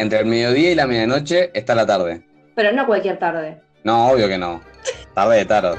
Entre el mediodía y la medianoche está la tarde. Pero no cualquier tarde. No, obvio que no. Tarde de tarot.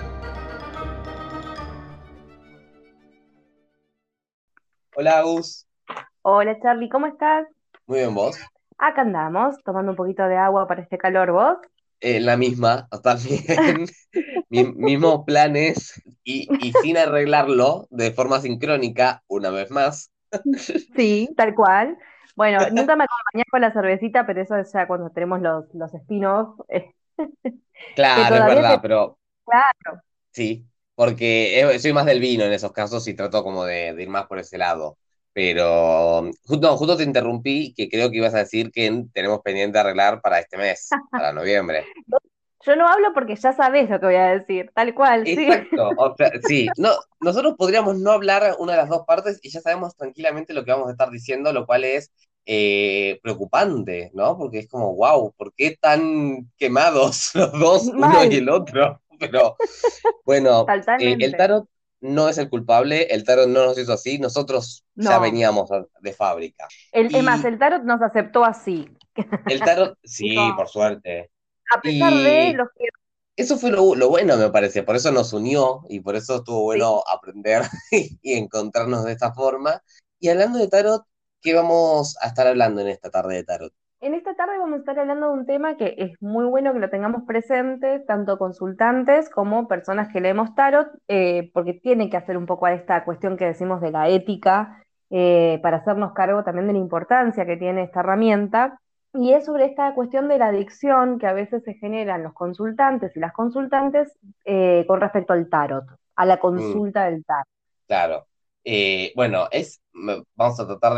Hola, Agus. Hola Charlie, ¿cómo estás? Muy bien, ¿vos? Acá andamos, tomando un poquito de agua para este calor, ¿vos? La misma, también. Mismos planes y sin arreglarlo de forma sincrónica, una vez más. Sí, tal cual. Bueno, nunca me acompañás con la cervecita, pero eso es ya cuando tenemos los spin-off, que Claro, es todavía verdad, te... pero Claro. sí, porque soy más del vino en esos casos y trato como de ir más por ese lado. Pero justo te interrumpí, que creo que ibas a decir que tenemos pendiente arreglar para este mes, para noviembre. Yo no hablo porque ya sabés lo que voy a decir, tal cual, sí. Exacto, o sea, sí, no, nosotros podríamos no hablar una de las dos partes y ya sabemos tranquilamente lo que vamos a estar diciendo, lo cual es preocupante, ¿no? Porque es como, wow, ¿por qué tan quemados los dos, uno y Mal, el otro? Pero bueno, el totalmente. tarot no es el culpable, el tarot no nos hizo así, nosotros ya No. veníamos de fábrica. Es más, Y el tarot nos aceptó así. el tarot, Dijo, sí, por suerte. a pesar de Y los que... eso fue lo bueno, me parece, por eso nos unió y por eso estuvo Sí. bueno aprender y encontrarnos de esta forma. Y hablando de tarot, ¿qué vamos a estar hablando en esta tarde de tarot? En esta tarde vamos a estar hablando de un tema que es muy bueno que lo tengamos presente, tanto consultantes como personas que leemos tarot, porque tiene que hacer un poco a esta cuestión que decimos de la ética, para hacernos cargo también de la importancia que tiene esta herramienta. Y es sobre esta cuestión de la adicción que a veces se generan los consultantes y las consultantes con respecto al tarot, a la Mm, consulta del tarot. claro. Bueno, vamos a tratar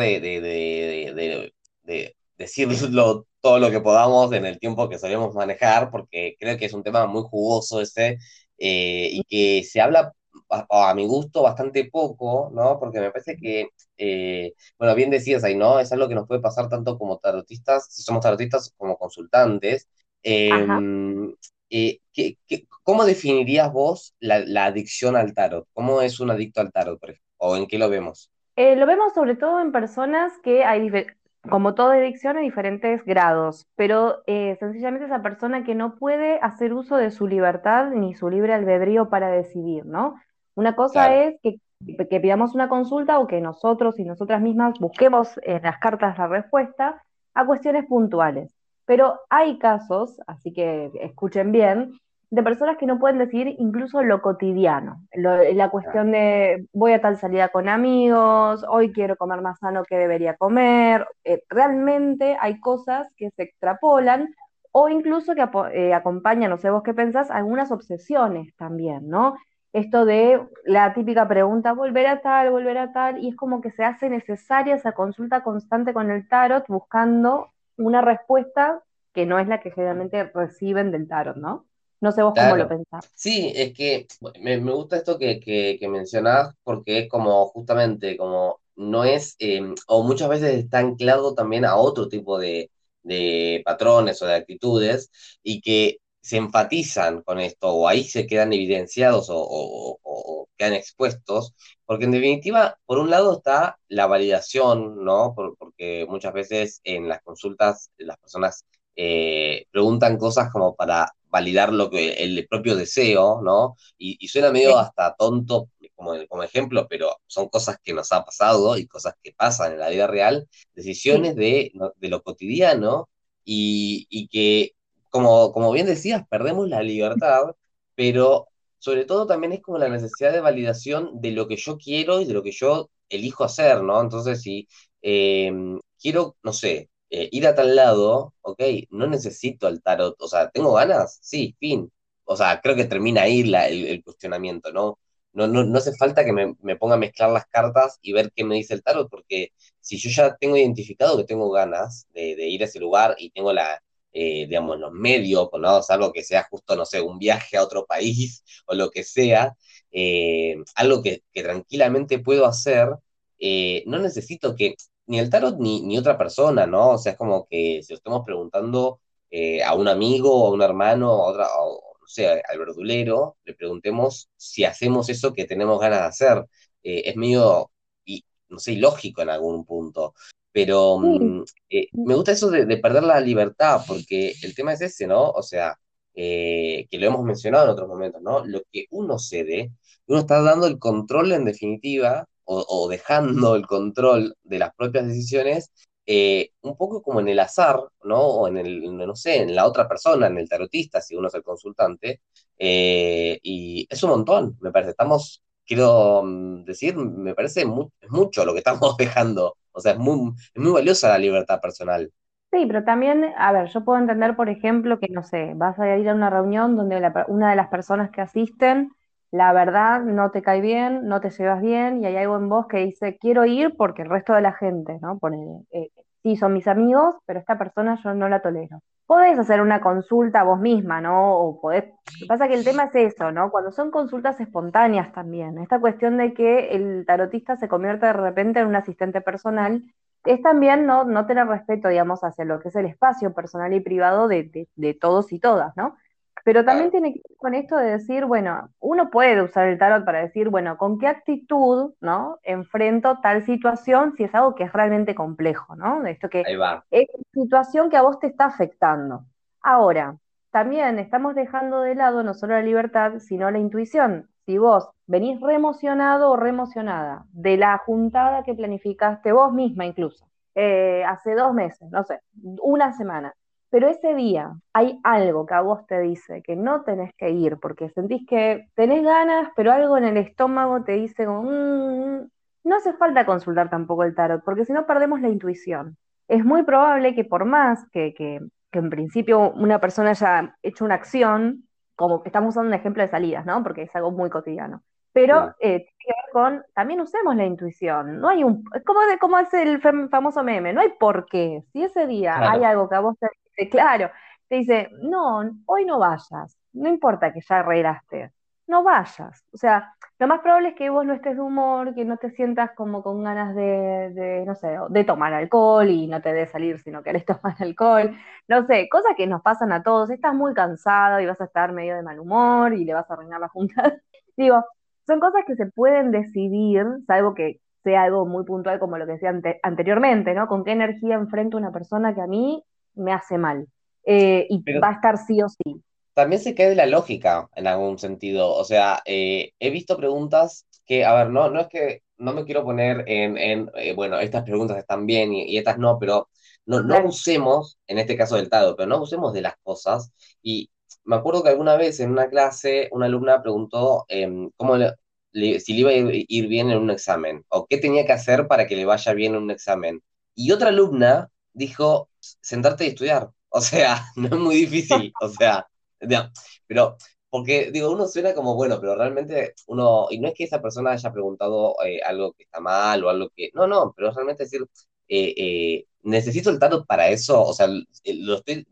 de decirlo todo lo que podamos en el tiempo que solemos manejar, porque creo que es un tema muy jugoso ese, y que se habla a mi gusto bastante poco, ¿no? Porque me parece que, bueno, bien decías ahí, ¿no? Es algo que nos puede pasar tanto como tarotistas, si somos tarotistas, como consultantes. Eh, Ajá. ¿Cómo definirías vos la adicción al tarot? ¿Cómo es un adicto al tarot, por ejemplo? ¿O en qué lo vemos? Lo vemos sobre todo en personas que hay, como toda adicción, hay diferentes grados, pero sencillamente esa persona que no puede hacer uso de su libertad ni su libre albedrío para decidir, ¿no? Una cosa Claro, es que pidamos una consulta o que nosotros y nosotras mismas busquemos en las cartas la respuesta a cuestiones puntuales. Pero hay casos, así que escuchen bien, de personas que no pueden decidir incluso lo cotidiano, la claro. cuestión de voy a tal salida con amigos, hoy quiero comer más sano que debería comer. Realmente hay cosas que se extrapolan o incluso que acompañan, no sé vos qué pensás, algunas obsesiones también, ¿no? Esto de la típica pregunta, volver a tal, y es como que se hace necesaria esa consulta constante con el tarot buscando una respuesta que no es la que generalmente reciben del tarot, ¿no? No sé vos cómo lo Claro. pensás. Sí, es que me gusta esto que mencionás porque es como justamente como no es, o muchas veces está anclado también a otro tipo de patrones o de actitudes y que se enfatizan con esto o ahí se quedan evidenciados o quedan expuestos, porque en definitiva, por un lado está la validación, ¿no? Porque muchas veces en las consultas las personas preguntan cosas como para validar lo que el propio deseo, ¿no? Y suena medio Sí, hasta tonto como ejemplo, pero son cosas que nos ha pasado y cosas que pasan en la vida real, sí, decisiones de lo cotidiano y que, como bien decías, perdemos la libertad, pero sobre todo también es como la necesidad de validación de lo que yo quiero y de lo que yo elijo hacer, ¿no? Entonces, si eh, quiero, no sé, ir a tal lado, ok, no necesito el tarot, o sea, ¿tengo ganas? Sí, fin. O sea, creo que termina ahí el cuestionamiento, ¿no? No hace falta que me ponga a mezclar las cartas y ver qué me dice el tarot, porque si yo ya tengo identificado que tengo ganas de ir a ese lugar y tengo digamos, los medios, ¿no? Salvo que sea justo, no sé, un viaje a otro país o lo que sea, algo que tranquilamente puedo hacer, no necesito que ni el tarot ni otra persona, ¿no? O sea, es como que si lo estamos preguntando a un amigo, o a un hermano, a otra, o, no sé, al verdulero, le preguntemos si hacemos eso que tenemos ganas de hacer. Es medio, no sé, ilógico en algún punto. pero Sí, me gusta eso de perder la libertad, porque el tema es ese, ¿no? O sea, que lo hemos mencionado en otros momentos, ¿no? Lo que uno cede, uno está dando el control en definitiva, o dejando el control de las propias decisiones, un poco como en el azar, ¿no? O en el, no sé, en la otra persona, en el tarotista, si uno es el consultante, y es un montón, me parece. Quiero decir, me parece es mucho lo que estamos dejando. O sea, es muy valiosa la libertad personal. sí, pero también, a ver, yo puedo entender, por ejemplo, que, no sé, vas a ir a una reunión donde una de las personas que asisten, la verdad, no te cae bien, no te llevas bien, y hay algo en vos que dice, quiero ir porque el resto de la gente, ¿no? Sí, son mis amigos, pero esta persona yo no la tolero. Podés hacer una consulta vos misma, ¿no? O podés... Lo que pasa es que el tema es eso, ¿no? Cuando son consultas espontáneas también, esta cuestión de que el tarotista se convierte de repente en un asistente personal es también no tener respeto, digamos, hacia lo que es el espacio personal y privado de todos y todas, ¿no? Pero también Claro, tiene que ver con esto de decir, bueno, uno puede usar el tarot para decir, bueno, ¿con qué actitud, ¿no? Enfrento tal situación si es algo que es realmente complejo, ¿no? De esto que ahí va. es situación que a vos te está afectando. Ahora, también estamos dejando de lado no solo la libertad, sino la intuición. Si vos venís re emocionado o re emocionada de la juntada que planificaste vos misma incluso, hace 2 meses, no sé, una semana, pero ese día hay algo que a vos te dice que no tenés que ir porque sentís que tenés ganas, pero algo en el estómago te dice como, no hace falta consultar tampoco el tarot, porque si no perdemos la intuición. Es muy probable que por más que en principio una persona haya hecho una acción, como que estamos usando un ejemplo de salidas, ¿no? Porque es algo muy cotidiano. Pero Sí, tiene que ver con, también usemos la intuición. No hay como es el famoso meme, no hay por qué. Si ese día hay claro. algo que a vos te dice, claro, te dice, no, hoy no vayas, no importa que ya arreglaste, no vayas. O sea, lo más probable es que vos no estés de humor, que no te sientas como con ganas no sé, de tomar alcohol y no te dé salir si no querés tomar alcohol. No sé, cosas que nos pasan a todos. Estás muy cansado y vas a estar medio de mal humor y le vas a arruinar la junta. Digo, son cosas que se pueden decidir, salvo que sea algo muy puntual como lo que decía anteriormente, ¿no? Con qué energía enfrento a una persona que a mí me hace mal. Y Pero va a estar sí o sí. también se cae de la lógica en algún sentido. O sea, he visto preguntas que, a ver, no es que no me quiero poner bueno, estas preguntas están bien y estas no, pero no Claro. abusemos, en este caso del Tado, pero no abusemos de las cosas. Y me acuerdo que alguna vez en una clase una alumna preguntó si le iba a ir bien en un examen o qué tenía que hacer para que le vaya bien en un examen. Y otra alumna dijo, sentarte y estudiar. O sea, no es muy difícil. O sea, ya, pero, porque digo, uno suena como bueno, pero realmente uno, y no es que esa persona haya preguntado algo que está mal o algo que, no, pero realmente decir, necesito el tarot para eso, o sea, lo estoy,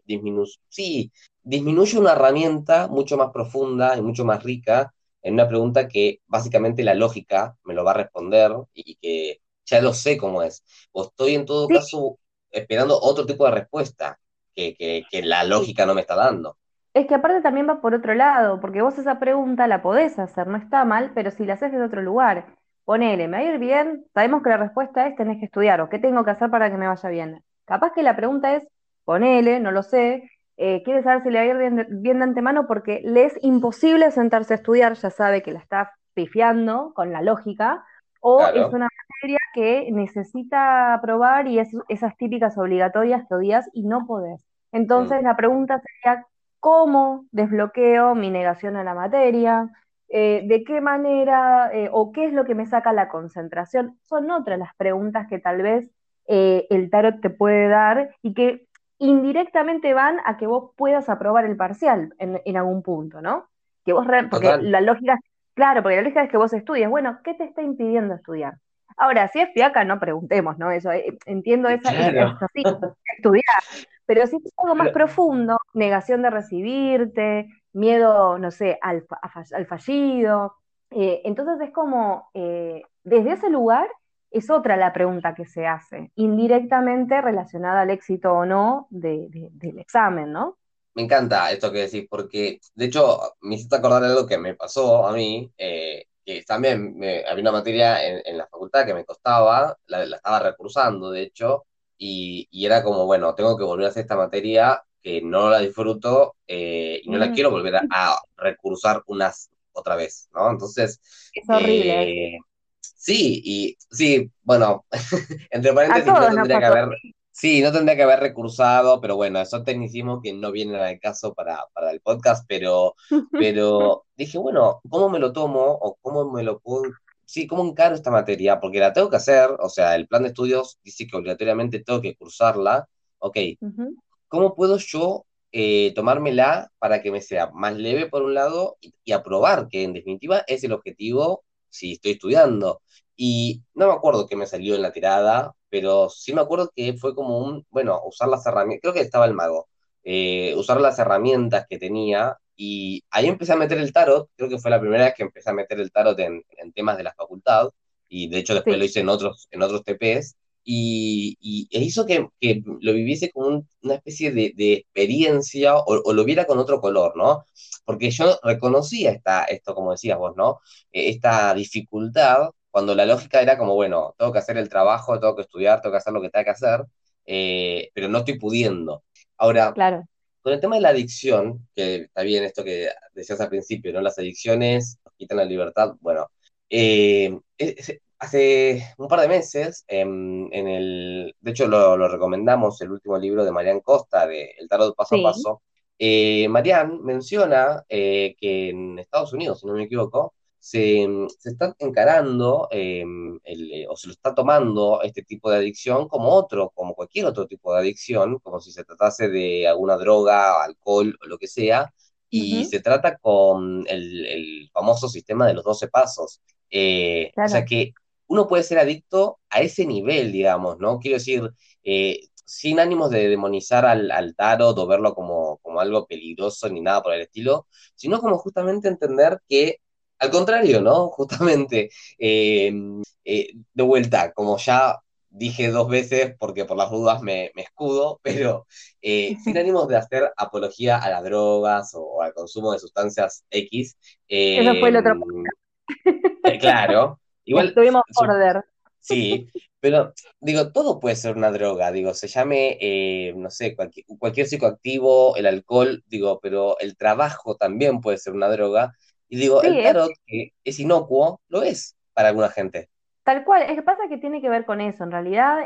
sí, disminuye una herramienta mucho más profunda y mucho más rica en una pregunta que básicamente la lógica me lo va a responder y que ya lo sé cómo es, o estoy en todo Sí, caso esperando otro tipo de respuesta que la lógica no me está dando. es que aparte también va por otro lado, porque vos esa pregunta la podés hacer, no está mal, pero si la haces desde otro lugar, ponele, ¿me va a ir bien? Sabemos que la respuesta es tenés que estudiar, o ¿qué tengo que hacer para que me vaya bien? Capaz que la pregunta es, ponele, no lo sé, quiere saber si le va a ir bien de antemano porque le es imposible sentarse a estudiar, ya sabe que la está pifiando con la lógica, o es Claro. una materia que necesita aprobar y es esas típicas obligatorias que odias y no podés. Mm. Entonces la pregunta sería, ¿cómo desbloqueo mi negación a la materia? ¿De qué manera o qué es lo que me saca la concentración? Son otras las preguntas que tal vez el tarot te puede dar y que indirectamente van a que vos puedas aprobar el parcial en algún punto, ¿no? Porque Total. la lógica, claro, porque la lógica es que vos estudies. Bueno, ¿qué te está impidiendo estudiar? Ahora, si es fiaca, no preguntemos, ¿no? Eso, entiendo, es Claro. así, estudiar. Pero si es algo más Pero, profundo, negación de recibirte, miedo, no sé, al fallido, entonces es como, desde ese lugar es otra la pregunta que se hace, indirectamente relacionada al éxito o no del examen, ¿no? me encanta esto que decís, porque de hecho me hiciste acordar de algo que me pasó a mí, que también había una materia en la facultad que me costaba, la estaba recursando, de hecho, y era como, bueno, tengo que volver a hacer esta materia que no la disfruto y no la Mm, quiero volver a recursar unas otra vez, ¿no? Entonces, es horrible eso. eh, sí, y sí, bueno, entre A paréntesis, no todos nos tendría que pasó. haber, sí, no tendría que haber recursado, pero bueno, son tecnicismos que no vienen al caso para el podcast, pero dije, bueno, ¿cómo me lo tomo o cómo me lo puedo, sí, cómo encaro esta materia? Porque la tengo que hacer, o sea, el plan de estudios dice que obligatoriamente tengo que cursarla, ok, Ujú, ¿cómo puedo yo tomármela para que me sea más leve por un lado y aprobar que en definitiva es el objetivo si estoy estudiando? Y no me acuerdo qué me salió en la tirada, pero sí me acuerdo que fue como un, bueno, usar las herramientas, creo que estaba el mago, usar las herramientas que tenía y ahí empecé a meter el tarot, creo que fue la primera vez que empecé a meter el tarot en temas de la facultad y de hecho después lo sí, hice en otros TPs e hizo que lo viviese como una especie de experiencia o lo viera con otro color, ¿no? Porque yo reconocía esto, como decías vos, ¿no? Esta dificultad, cuando la lógica era como, bueno, tengo que hacer el trabajo, tengo que estudiar, tengo que hacer lo que tenga que hacer, pero no estoy pudiendo. Ahora, claro. con el tema de la adicción, que está bien esto que decías al principio, ¿no? Las adicciones nos quitan la libertad. Bueno, hace un par de meses, de hecho lo recomendamos, el último libro de Marian Costa, de El Tarot Paso a Sí. Paso, Marian menciona que en Estados Unidos, si no me equivoco, se está encarando o se lo está tomando este tipo de adicción como como cualquier otro tipo de adicción, como si se tratase de alguna droga, alcohol o lo que sea, y Ujú, se trata con el famoso sistema de los 12 pasos. O sea claro. que uno puede ser adicto a ese nivel, digamos, ¿no? Quiero decir, sin ánimos de demonizar al tarot o verlo como algo peligroso ni nada por el estilo, sino como justamente entender que al contrario, ¿no? Justamente, eh, de vuelta, como ya dije dos veces, porque por las dudas me escudo, pero sin ánimos de hacer apología a las drogas o al consumo de sustancias X, Eso fue eh, el otro. claro, igual, Estuvimos border. sí, pero digo, todo puede ser una droga, digo, se llame, no sé, cualquier psicoactivo, el alcohol, digo, pero el trabajo también puede ser una droga. Y digo, Sí, el tarot, que es inocuo, lo es para alguna gente. tal cual. Es que pasa que tiene que ver con eso. En realidad,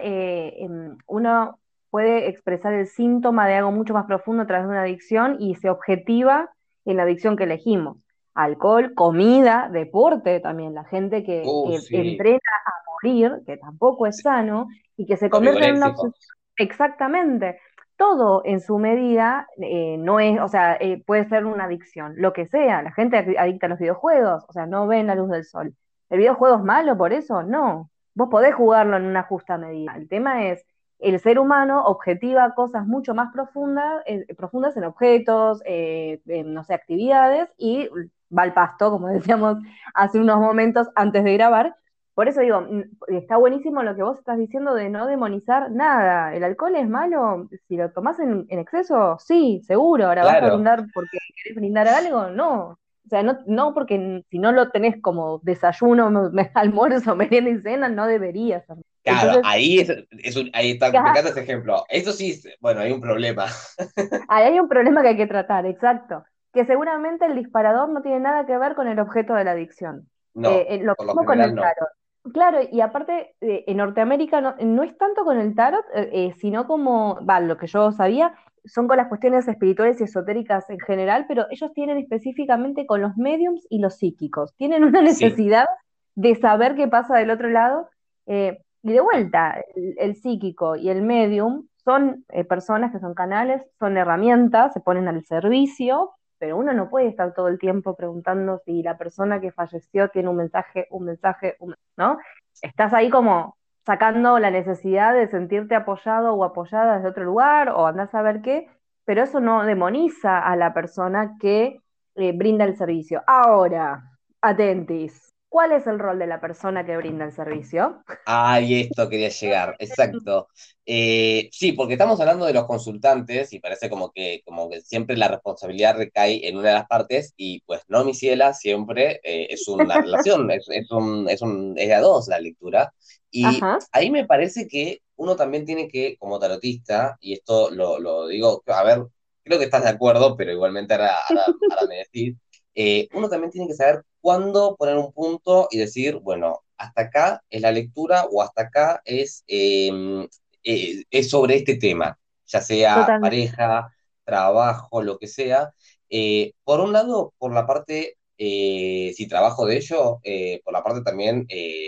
uno puede expresar el síntoma de algo mucho más profundo a través de una adicción y se objetiva en la adicción que elegimos. Alcohol, comida, deporte también. La gente que Sí, entrena a morir, que tampoco es sí, sano, y que se los convierte en una obsesión. vigoléxicos. Exactamente. Todo en su medida no es, o sea, puede ser una adicción, lo que sea. La gente adicta a los videojuegos, o sea, no ven la luz del sol. ¿El videojuego es malo por eso? No. Vos podés jugarlo en una justa medida. El tema es, el ser humano objetiva cosas mucho más profundas en objetos, no sé, actividades, y va al pasto, como decíamos hace unos momentos antes de grabar. Por eso digo, está buenísimo lo que vos estás diciendo de no demonizar nada. ¿El alcohol es malo? Si lo tomás en exceso, sí, seguro. Ahora, ¿vas a Claro, brindar porque querés brindar algo? No. O sea, no, no porque si no lo tenés como desayuno, almuerzo, merienda y cena, no deberías. claro, Entonces, ahí está, me ya, encanta ese ejemplo. Eso sí, bueno, hay un problema. ahí hay un problema que hay que tratar, exacto. Que seguramente el disparador no tiene nada que ver con el objeto de la adicción. No, Lo por lo mismo con general el no. tarot. Claro, y aparte, en Norteamérica no es tanto con el tarot, sino como, va, lo que yo sabía, son con las cuestiones espirituales y esotéricas en general, pero ellos tienen específicamente con los mediums y los psíquicos. Tienen una Sí, necesidad de saber qué pasa del otro lado. Y de vuelta, el psíquico y el medium son personas que son canales, son herramientas, se ponen al servicio, pero uno no puede estar todo el tiempo preguntando si la persona que falleció tiene ¿no? Estás ahí como sacando la necesidad de sentirte apoyado o apoyada desde otro lugar, o andás a ver qué, pero eso no demoniza a la persona que brinda el servicio. Ahora, atentis. ¿Cuál es el rol de la persona que brinda el servicio? Ay, esto quería llegar, exacto. Sí, porque estamos hablando de los consultantes y parece como que siempre la responsabilidad recae en una de las partes y pues no, mi ciela, siempre es una relación, es de a dos la lectura. Y Ajá, ahí me parece que uno también tiene que, como tarotista, y esto lo digo, a ver, creo que estás de acuerdo, pero igualmente ahora me decís, uno también tiene que saber cuándo poner un punto y decir, bueno, hasta acá es la lectura o hasta acá es sobre este tema, ya sea totalmente. pareja, trabajo, lo que sea. Por un lado, por la parte, si trabajo de ello, por la parte también,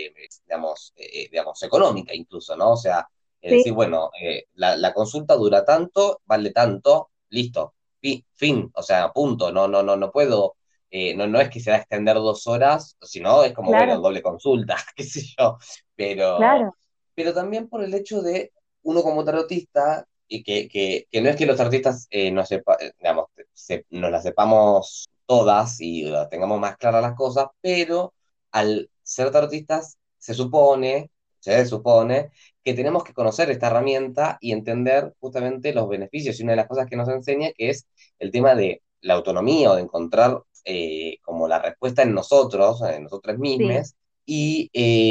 digamos, económica incluso, ¿no? O sea, es Sí, decir, bueno, la consulta dura tanto, vale tanto, listo, fin, o sea, punto, no puedo no es que se va a extender 2 horas, sino es como, bueno, claro, doble consulta, qué sé yo. Pero, claro, pero también por el hecho de uno como tarotista, y que no es que los tarotistas digamos, nos las sepamos todas y tengamos más claras las cosas, pero al ser tarotistas se supone que tenemos que conocer esta herramienta y entender justamente los beneficios. Y una de las cosas que nos enseña que es el tema de la autonomía o de encontrar como la respuesta en nosotras sí, mismas, y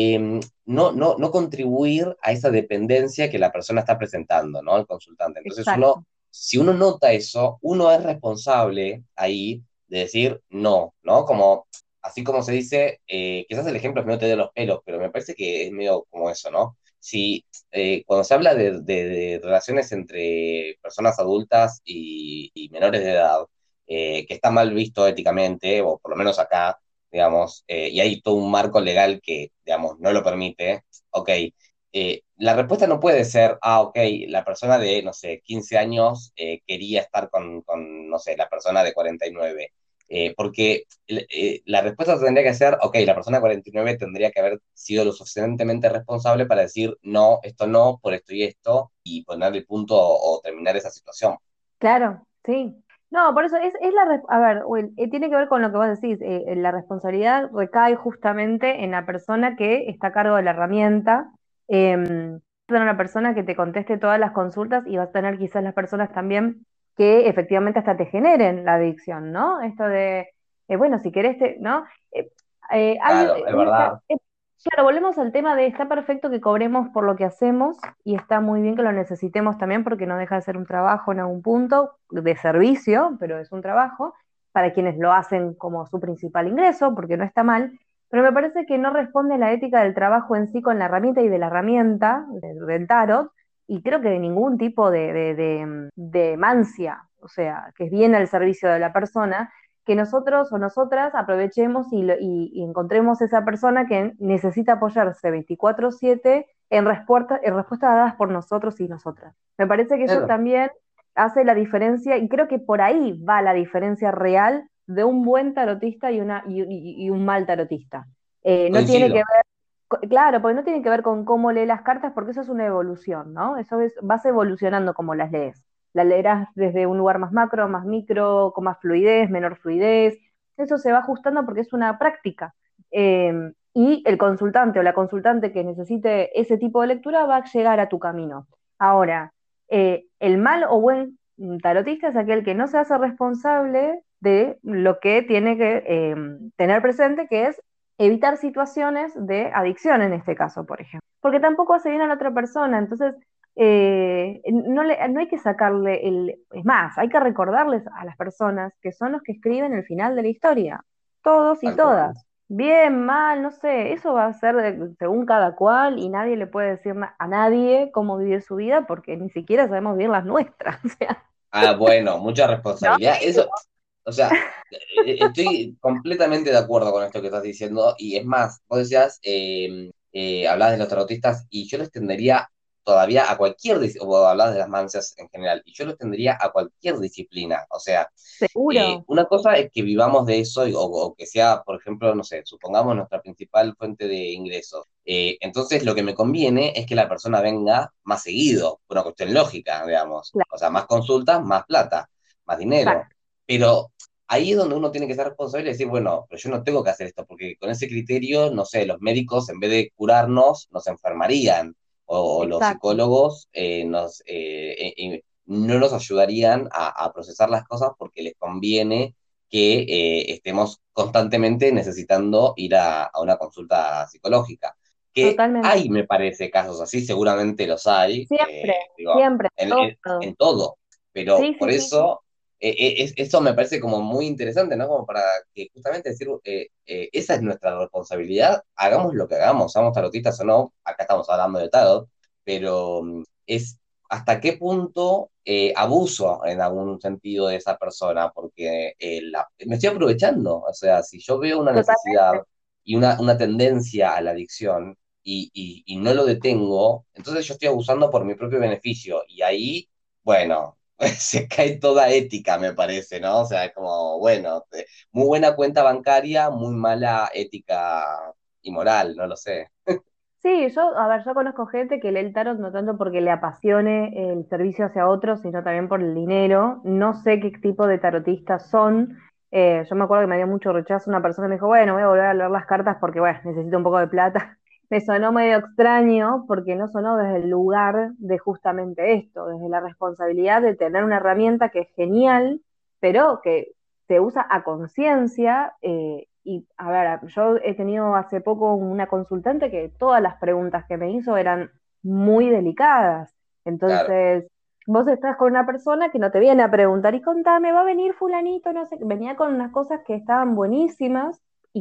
no contribuir a esa dependencia que la persona está presentando, ¿no? El consultante. Entonces exacto. si uno nota eso, uno es responsable ahí de decir no, ¿no? Como, así como se dice, quizás el ejemplo es no te dé los pelos, pero me parece que es medio como eso, ¿no? Si cuando se habla de relaciones entre personas adultas y menores de edad, que está mal visto éticamente, o por lo menos acá, digamos, y hay todo un marco legal que, digamos, no lo permite, ok, la respuesta no puede ser, ok, la persona de, no sé, 15 años quería estar no sé, la persona de 49. Porque la respuesta tendría que ser, ok, la persona de 49 tendría que haber sido lo suficientemente responsable para decir, no, esto no, por esto y esto, y poner el punto o terminar esa situación. Claro, sí. No, por eso es la... A ver, Will, tiene que ver con lo que vos decís. La responsabilidad recae justamente en la persona que está a cargo de la herramienta. Vas a tener una persona que te conteste todas las consultas y vas a tener quizás las personas también que efectivamente hasta te generen la adicción, ¿no? Esto de, bueno, si querés, ¿no? Eh, Claro, es verdad. claro, volvemos al tema de está perfecto que cobremos por lo que hacemos y está muy bien que lo necesitemos también porque no deja de ser un trabajo en algún punto de servicio, pero es un trabajo para quienes lo hacen como su principal ingreso, porque no está mal, pero me parece que no responde a la ética del trabajo en sí con la herramienta y de la herramienta del tarot, y creo que de ningún tipo de mancia, o sea, que es bien al servicio de la persona que nosotros o nosotras aprovechemos y encontremos esa persona que necesita apoyarse 24/7 en respuestas dadas por nosotros y nosotras. Me parece que eso Claro, también hace la diferencia y creo que por ahí va la diferencia real de un buen tarotista y un mal tarotista. No tiene que coincido. ver, claro, porque no tiene que ver con cómo lee las cartas, porque eso es una evolución, ¿no? Eso es, vas evolucionando como las lees. La leerás desde un lugar más macro, más micro, con más fluidez, menor fluidez. Eso se va ajustando porque es una práctica. Y el consultante o la consultante que necesite ese tipo de lectura va a llegar a tu camino. Ahora, el mal o buen tarotista es aquel que no se hace responsable de lo que tiene que tener presente, que es evitar situaciones de adicción en este caso, por ejemplo. Porque tampoco hace bien a la otra persona. Entonces, no hay que sacarle el... Es más, hay que recordarles a las personas que son los que escriben el final de la historia. Todos y Tal cual. todas. Bien, mal, no sé. Eso va a ser según cada cual y nadie le puede decir a nadie cómo vivir su vida porque ni siquiera sabemos bien las nuestras. O sea, Ah, bueno, mucha ¿no? responsabilidad. Eso, o sea, estoy completamente de acuerdo con esto que estás diciendo. Y es más, vos decías, hablabas de los tarotistas y yo lo extendería todavía a o hablabas de las mancias en general, y yo lo extendería a cualquier disciplina. O sea, Seguro. una cosa es que vivamos de eso o que sea, por ejemplo, no sé, supongamos nuestra principal fuente de ingresos. Entonces, lo que me conviene es que la persona venga más seguido, por una cuestión lógica, digamos. Claro, O sea, más consultas, más plata, más dinero. exacto. Pero ahí es donde uno tiene que ser responsable y decir, bueno, pero yo no tengo que hacer esto, porque con ese criterio, no sé, los médicos en vez de curarnos, nos enfermarían, o los Exacto, psicólogos no nos ayudarían a procesar las cosas porque les conviene que estemos constantemente necesitando ir a una consulta psicológica. Que totalmente. hay, me parece, casos así, seguramente los hay, Siempre, digo, siempre, en todos lados. en todo, pero Sí, por sí, sí. eso eso me parece como muy interesante, ¿no? Como para que justamente decir, esa es nuestra responsabilidad, hagamos lo que hagamos, seamos tarotistas o no, acá estamos hablando de tarot, pero es hasta qué punto abuso en algún sentido de esa persona, porque me estoy aprovechando, o sea, si yo veo una Totalmente. necesidad y una tendencia a la adicción y no lo detengo, entonces yo estoy abusando por mi propio beneficio, y ahí, bueno, se cae toda ética, me parece, ¿no? O sea, es como, bueno, muy buena cuenta bancaria, muy mala ética y moral, no lo sé. Sí, yo, a ver, yo conozco gente que lee el tarot no tanto porque le apasione el servicio hacia otros, sino también por el dinero. No sé qué tipo de tarotistas son. Yo me acuerdo que me dio mucho rechazo una persona que me dijo, bueno, voy a volver a leer las cartas porque, bueno, necesito un poco de plata. Me sonó medio extraño porque no sonó desde el lugar de justamente esto, desde la responsabilidad de tener una herramienta que es genial, pero que se usa a conciencia. Y a ver, yo he tenido hace poco una consultante que todas las preguntas que me hizo eran muy delicadas. Claro, Entonces, vos estás con una persona que no te viene a preguntar, y contame, va a venir fulanito, no sé, venía con unas cosas que estaban buenísimas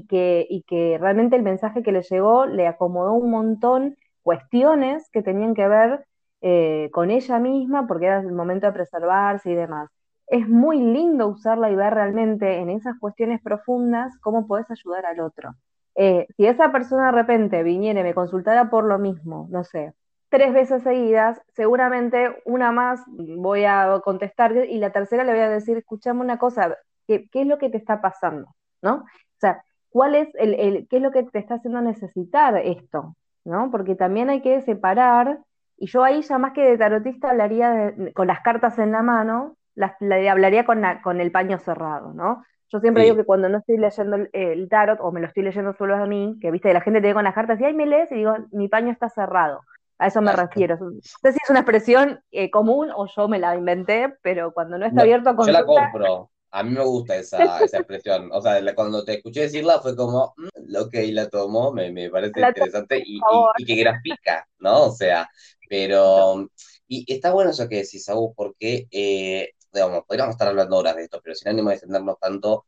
y que realmente el mensaje que le llegó le acomodó un montón cuestiones que tenían que ver con ella misma, porque era el momento de preservarse y demás. Es muy lindo usarla y ver realmente en esas cuestiones profundas cómo podés ayudar al otro. Si esa persona de repente viniera y me consultara por lo mismo, no sé, 3 veces seguidas, seguramente una más voy a contestar y la tercera le voy a decir, escuchame una cosa, ¿qué es lo que te está pasando? ¿No? O sea, ¿cuál es qué es lo que te está haciendo necesitar esto? ¿No? Porque también hay que separar, y yo ahí ya más que de tarotista hablaría con las cartas en la mano, hablaría con el paño cerrado, ¿no? Yo siempre digo sí, que cuando no estoy leyendo el tarot o me lo estoy leyendo solo a mí, que viste, la gente te ve con las cartas y ahí me lees y digo, mi paño está cerrado. A eso me claro. refiero. No sé si es una expresión común o yo me la inventé, pero cuando no está No, abierto a yo la consulta, compro. A mí me gusta esa expresión. O sea, cuando te escuché decirla fue como, ok, la tomo, me parece la tomo, interesante por favor. y que grafica, ¿no? O sea, pero... Y está bueno eso que decís, Saúl, porque, digamos, podríamos estar hablando horas de esto, pero sin ánimo de extendernos tanto,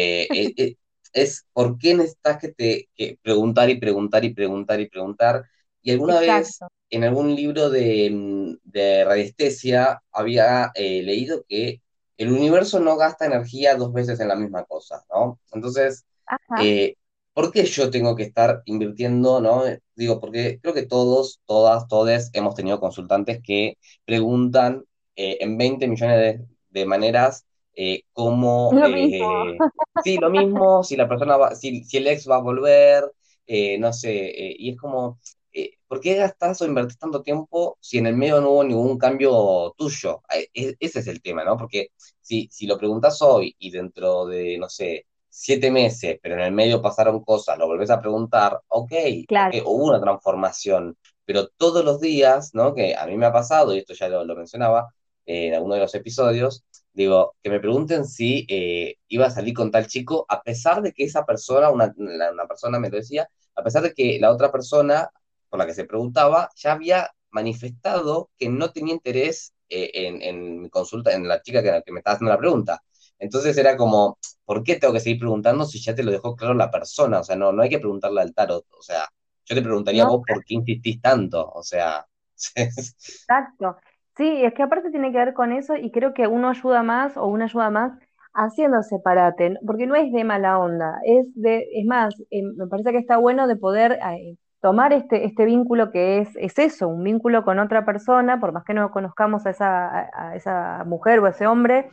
es por qué necesitas que preguntar y preguntar y preguntar y preguntar. Y alguna vez Exacto. en algún libro de radiestesia había leído que el universo no gasta energía dos veces en la misma cosa, ¿no? Entonces, Ajá. eh, ¿por qué yo tengo que estar invirtiendo, ¿no? Digo, porque creo que todos, todas, todes hemos tenido consultantes que preguntan en 20 millones de maneras cómo, Lo mismo. sí, lo mismo, si la persona va, si el ex va a volver, no sé, y es como ¿por qué gastas o invertís tanto tiempo si en el medio no hubo ningún cambio tuyo? Ese es el tema, ¿no? Porque si lo preguntas hoy y dentro de, no sé, 7 meses, pero en el medio pasaron cosas, lo volvés a preguntar, ok, ok, Claro. hubo una transformación, pero todos los días, ¿no? Que a mí me ha pasado, y esto ya lo mencionaba en alguno de los episodios, digo, que me pregunten si iba a salir con tal chico, a pesar de que esa persona, una persona me lo decía, a pesar de que la otra persona por la que se preguntaba ya había manifestado que no tenía interés en mi consulta, en la chica que me estaba haciendo la pregunta. Entonces era como, ¿por qué tengo que seguir preguntando si ya te lo dejó claro la persona? O sea, no hay que preguntarle al tarot. O sea, yo te preguntaría a No, vos por qué insistís tanto. O sea, exacto. Sí, es que aparte tiene que ver con eso y creo que uno ayuda más o una ayuda más haciéndose parate, ¿no? Porque no es de mala onda, es más, me parece que está bueno de poder tomar este vínculo que es eso, un vínculo con otra persona, por más que no conozcamos a esa mujer o a ese hombre,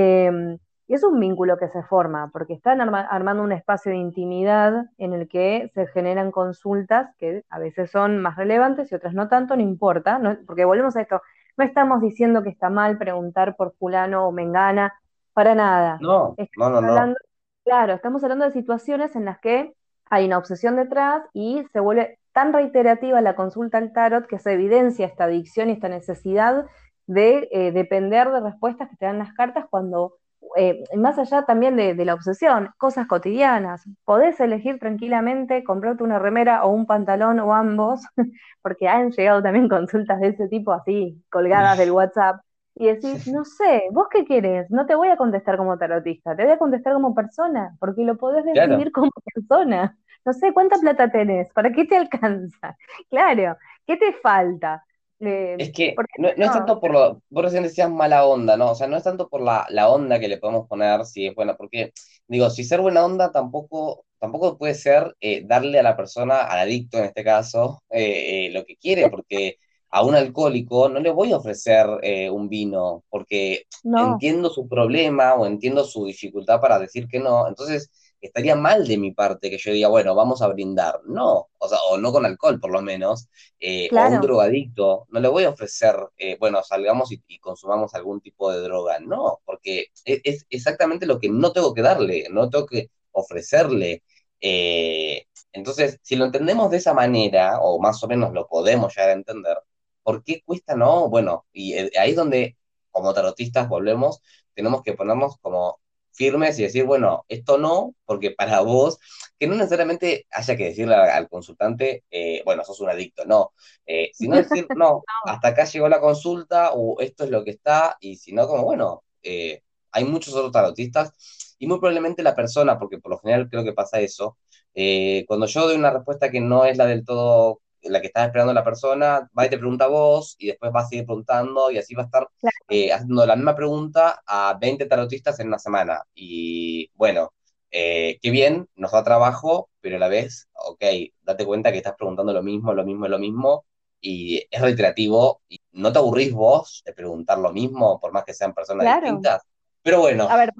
y es un vínculo que se forma, porque están armando un espacio de intimidad en el que se generan consultas que a veces son más relevantes y otras no tanto, no importa, porque volvemos a esto, no estamos diciendo que está mal preguntar por fulano o mengana, para nada. No, no, Estamos no, no. hablando, claro, estamos hablando de situaciones en las que hay una obsesión detrás y se vuelve tan reiterativa la consulta al tarot que se evidencia esta adicción y esta necesidad de depender de respuestas que te dan las cartas cuando, más allá también de la obsesión, cosas cotidianas, podés elegir tranquilamente comprarte una remera o un pantalón o ambos, porque han llegado también consultas de ese tipo así, colgadas del WhatsApp y decís, no sé, ¿vos qué querés? No te voy a contestar como tarotista, te voy a contestar como persona, porque lo podés Claro. decidir como persona. No sé, ¿cuánta plata tenés? ¿Para qué te alcanza? Claro, ¿qué te falta? Es que Porque no es no, tanto por lo, vos recién decías mala onda, ¿no? O sea, no es tanto por la onda que le podemos poner, si es buena, porque, digo, si ser buena onda tampoco puede ser darle a la persona, al adicto en este caso, lo que quiere, porque a un alcohólico no le voy a ofrecer un vino, porque no, entiendo su problema o entiendo su dificultad para decir que no, entonces estaría mal de mi parte que yo diga, bueno, vamos a brindar. No, o sea, o no con alcohol por lo menos o a un claro, drogadicto, no le voy a ofrecer, bueno, salgamos y consumamos algún tipo de droga. No, porque es exactamente lo que no tengo que darle, no tengo que ofrecerle. Entonces, si lo entendemos de esa manera, o más o menos lo podemos llegar a entender, ¿por qué cuesta no? Bueno, y ahí es donde, como tarotistas, volvemos, tenemos que ponernos como firmes y decir, bueno, esto no, porque para vos, que no necesariamente haya que decirle al consultante, bueno, sos un adicto, no, sino decir, no, no, hasta acá llegó la consulta o esto es lo que está, y si no, como, bueno, hay muchos otros tarotistas y muy probablemente la persona, porque por lo general creo que pasa eso, cuando yo doy una respuesta que no es la del todo, la que está esperando la persona, va y te pregunta a vos y después va a seguir preguntando y así va a estar claro, haciendo la misma pregunta a 20 tarotistas en una semana. Y bueno, qué bien, nos da trabajo, pero a la vez, ok, date cuenta que estás preguntando lo mismo, lo mismo, lo mismo, y es reiterativo, y no te aburrís vos de preguntar lo mismo, por más que sean personas claro. distintas. Pero bueno, A ver,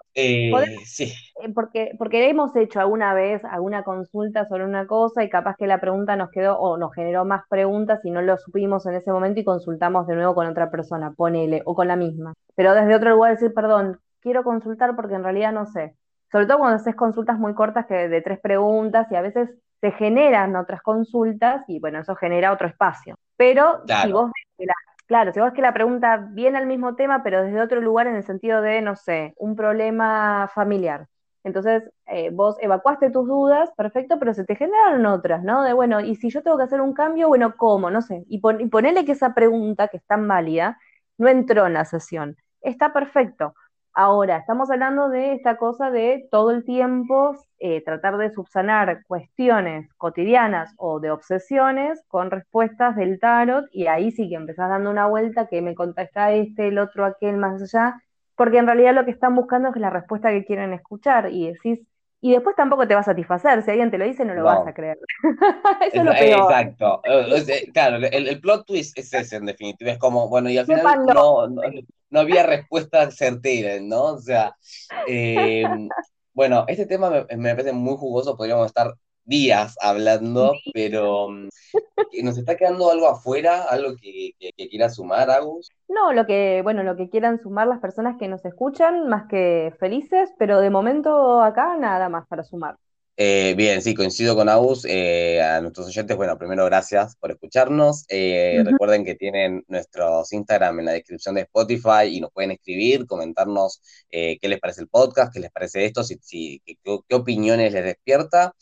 sí, porque hemos hecho alguna vez alguna consulta sobre una cosa y capaz que la pregunta nos quedó o nos generó más preguntas y no lo supimos en ese momento y consultamos de nuevo con otra persona, ponele, o con la misma. Pero desde otro lugar decir, perdón, quiero consultar porque en realidad no sé. Sobre todo cuando haces consultas muy cortas que de 3 preguntas y a veces se generan otras consultas y bueno, eso genera otro espacio. Pero si claro, vos ves que claro, si vos ves que la pregunta viene al mismo tema, pero desde otro lugar en el sentido de, no sé, un problema familiar. Entonces, vos evacuaste tus dudas, perfecto, pero se te generaron otras, ¿no? De, bueno, y si yo tengo que hacer un cambio, bueno, ¿cómo? No sé. Y ponele que esa pregunta, que es tan válida, no entró en la sesión. Está perfecto. Ahora, estamos hablando de esta cosa de todo el tiempo tratar de subsanar cuestiones cotidianas o de obsesiones con respuestas del tarot, y ahí sí que empezás dando una vuelta que me contesta este, el otro, aquel, más allá, porque en realidad lo que están buscando es la respuesta que quieren escuchar, y decís, y después tampoco te va a satisfacer, si alguien te lo dice no lo vas a no. creer. Eso es lo peor. Exacto. Claro, el plot twist es ese en definitiva. Es como, bueno, y al final Sépanlo. no había respuesta certera, ¿no? O sea, bueno, este tema me parece muy jugoso, podríamos estar días hablando, pero nos está quedando algo afuera, algo que quiera sumar, Agus. No, bueno, lo que quieran sumar las personas que nos escuchan, más que felices, pero de momento acá nada más para sumar. Bien, sí, coincido con Agus. A nuestros oyentes, bueno, primero gracias por escucharnos. Ujú. Recuerden que tienen nuestros Instagram en la descripción de Spotify y nos pueden escribir, comentarnos qué les parece el podcast, qué les parece esto, qué opiniones les despierta.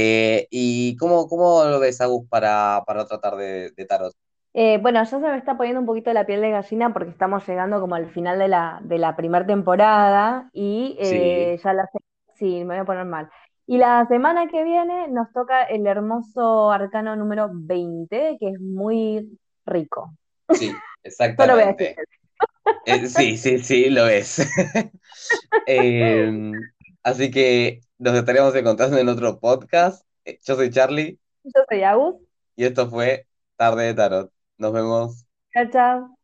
Y cómo lo ves, Agus, para tratar de tarot. Bueno, ya se me está poniendo un poquito la piel de gallina porque estamos llegando como al final de la primera temporada y Sí, sí, me voy a poner mal. Y la semana que viene nos toca el hermoso arcano número 20, que es muy rico. sí, Solo voy a decir exactamente. eso. Sí, sí, sí, lo es. Eh, Así que nos estaremos encontrando en otro podcast. Yo soy Charlie Yo soy Agus. y esto fue Tarde de Tarot. Nos vemos. Chao, chao.